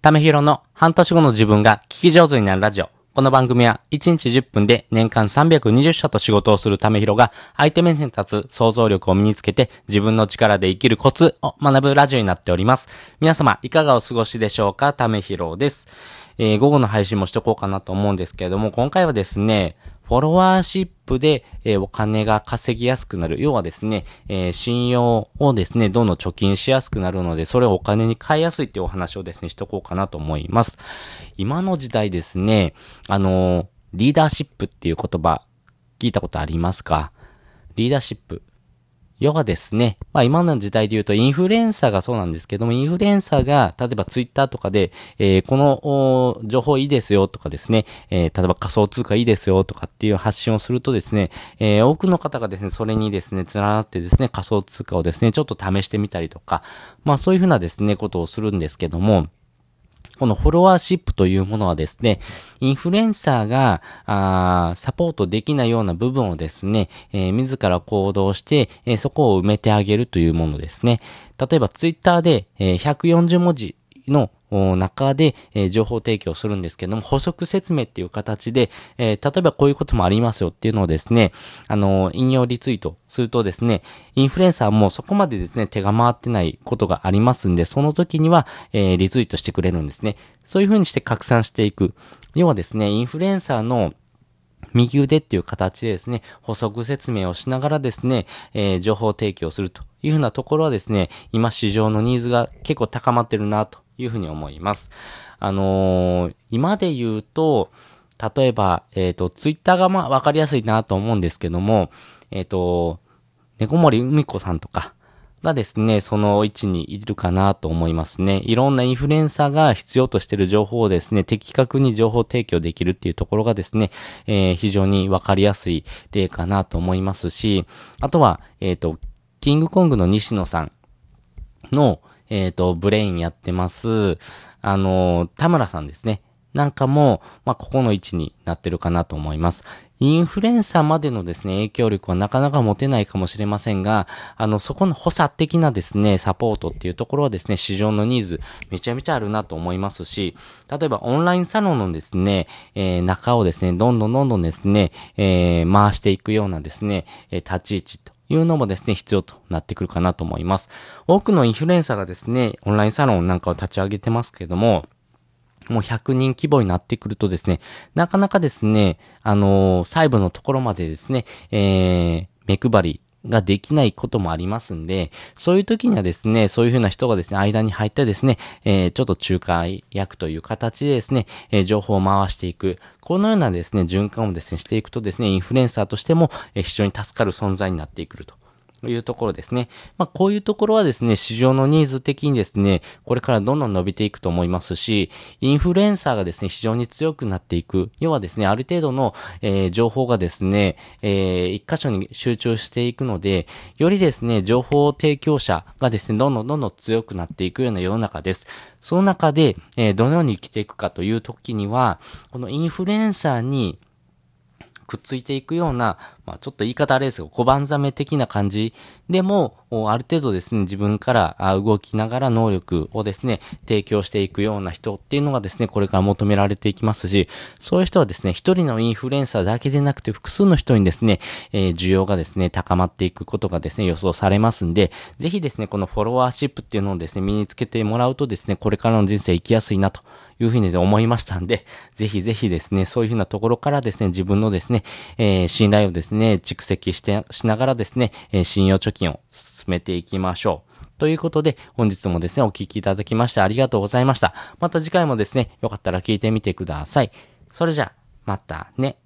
ためひろの半年後の自分が聞き上手になるラジオ。この番組は1日10分で年間320社と仕事をするためひろが相手目線に立つ想像力を身につけて自分の力で生きるコツを学ぶラジオになっております。皆様いかがお過ごしでしょうか？ためひろです。午後の配信もしとこうかなと思うんですけれども、今回はですね、フォロワーシップで、お金が稼ぎやすくなる。要はですね、信用をですね、どんどん貯金しやすくなるので、それをお金に変えやすいっていうお話をですね、しとこうかなと思います。今の時代ですね、リーダーシップっていう言葉、聞いたことありますか？リーダーシップ。要はですね、今の時代で言うとインフルエンサーがそうなんですけども、インフルエンサーが、例えばツイッターとかで、この情報いいですよとかですね、例えば仮想通貨いいですよとかっていう発信をするとですね、多くの方がですね、それにですね、連なってですね、仮想通貨をですね、ちょっと試してみたりとか、そういうふうなですね、ことをするんですけども、このフォロワーシップというものはですね、インフルエンサーが、サポートできないような部分をですね、自ら行動して、そこを埋めてあげるというものですね。例えばツイッターで、140文字の中で、情報提供するんですけども、補足説明っていう形で、例えばこういうこともありますよっていうのをですね、引用リツイートするとですね、インフルエンサーもそこまでですね、手が回ってないことがありますんで、その時には、リツイートしてくれるんですね。そういう風にして拡散していく。要はですね、インフルエンサーの右腕っていう形でですね、補足説明をしながらですね、情報提供するというふうなところはですね、今市場のニーズが結構高まってるなというふうに思います。今で言うと、例えば、ツイッターがわかりやすいなと思うんですけども、猫森海子さんとか、がですね、その位置にいるかなと思いますね。いろんなインフルエンサーが必要としている情報をですね、的確に情報提供できるっていうところがですね、非常にわかりやすい例かなと思いますし、あとは、キングコングの西野さんの、ブレインやってます、田村さんですね。なんかも、ここの位置になってるかなと思います。インフルエンサーまでのですね、影響力はなかなか持てないかもしれませんが、そこの補佐的なですね、サポートっていうところはですね、市場のニーズめちゃめちゃあるなと思いますし、例えばオンラインサロンのですね、中をですね、どんどんですね、回していくようなですね、立ち位置というのもですね、必要となってくるかなと思います。多くのインフルエンサーがですね、オンラインサロンなんかを立ち上げてますけども、もう100人規模になってくるとですね、なかなかですね、細部のところまでですね、目配りができないこともありますんで、そういう時にはですね、そういうふうな人がですね、間に入ってですね、ちょっと仲介役という形でですね、情報を回していく。このようなですね、循環をですね、していくとですね、インフルエンサーとしても、非常に助かる存在になってくるというところですね。こういうところはですね、市場のニーズ的にですね、これからどんどん伸びていくと思いますし、インフルエンサーがですね、非常に強くなっていく。要はですね、ある程度の、情報がですね、一箇所に集中していくので、よりですね、情報提供者がですね、どんどん強くなっていくような世の中です。その中で、どのように生きていくかという時には、このインフルエンサーにくっついていくような、ちょっと言い方あれですが、小判ザメ的な感じでも、ある程度ですね、自分から動きながら能力をですね、提供していくような人っていうのがですね、これから求められていきますし、そういう人はですね、一人のインフルエンサーだけでなくて、複数の人にですね、需要がですね、高まっていくことがですね、予想されますんで、ぜひですね、このフォロワーシップっていうのをですね、身につけてもらうとですね、これからの人生生きやすいなというふうに思いましたんで、ぜひですね、そういうふうなところからですね、自分のですね、信頼をですね、蓄積しながらですね、信用貯金を進めていきましょう。ということで、本日もですね、お聞きいただきましてありがとうございました。また次回もですね、よかったら聞いてみてください。それじゃ、またね。